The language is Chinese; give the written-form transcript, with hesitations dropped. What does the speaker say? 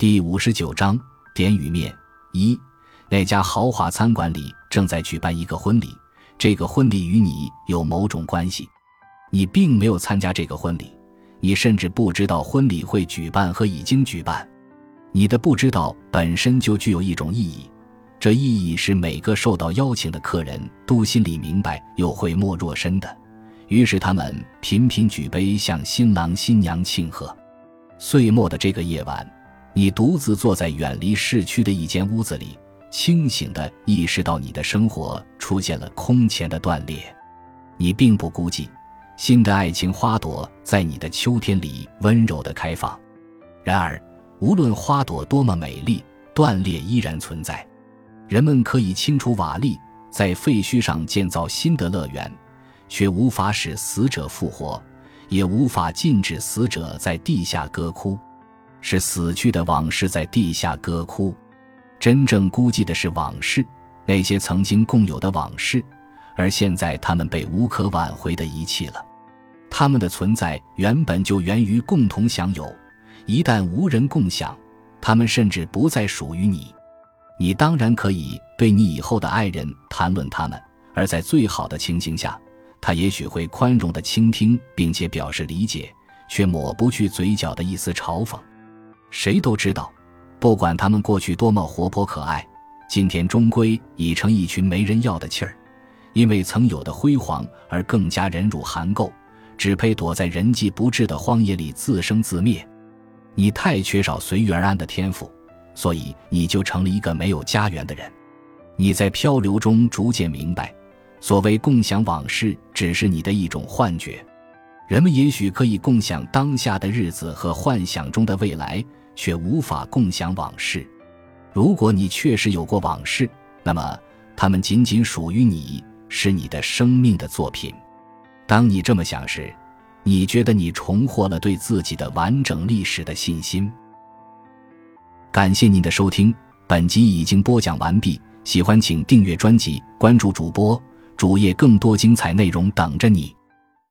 第59章点与面。一，那家豪华餐馆里正在举办一个婚礼，这个婚礼与你有某种关系。你并没有参加这个婚礼，你甚至不知道婚礼会举办和已经举办。你的不知道本身就具有一种意义，这意义是每个受到邀请的客人都心里明白又讳莫若深的，于是他们频频举杯向新郎新娘庆贺。岁末的这个夜晚，你独自坐在远离市区的一间屋子里，清醒地意识到你的生活出现了空前的断裂。你并不估计，新的爱情花朵在你的秋天里温柔地开放。然而，无论花朵多么美丽，断裂依然存在。人们可以清除瓦砾，在废墟上建造新的乐园，却无法使死者复活，也无法禁止死者在地下歌哭。是死去的往事在地下歌哭，真正孤寂的是往事，那些曾经共有的往事，而现在他们被无可挽回地遗弃了。他们的存在原本就源于共同享有，一旦无人共享，他们甚至不再属于你。你当然可以对你以后的爱人谈论他们，而在最好的情形下，他也许会宽容地倾听并且表示理解，却抹不去嘴角的一丝嘲讽。谁都知道，不管他们过去多么活泼可爱，今天终归已成一群没人要的气儿，因为曾有的辉煌而更加忍辱含垢，只配躲在人迹不至的荒野里自生自灭。你太缺少随遇而安的天赋，所以你就成了一个没有家园的人。你在漂流中逐渐明白，所谓共享往事只是你的一种幻觉。人们也许可以共享当下的日子和幻想中的未来，却无法共享往事。如果你确实有过往事，那么它们仅仅属于你，是你的生命的作品。当你这么想时，你觉得你重获了对自己的完整历史的信心。感谢您的收听，本集已经播讲完毕，喜欢请订阅专辑，关注主播，主页更多精彩内容等着你。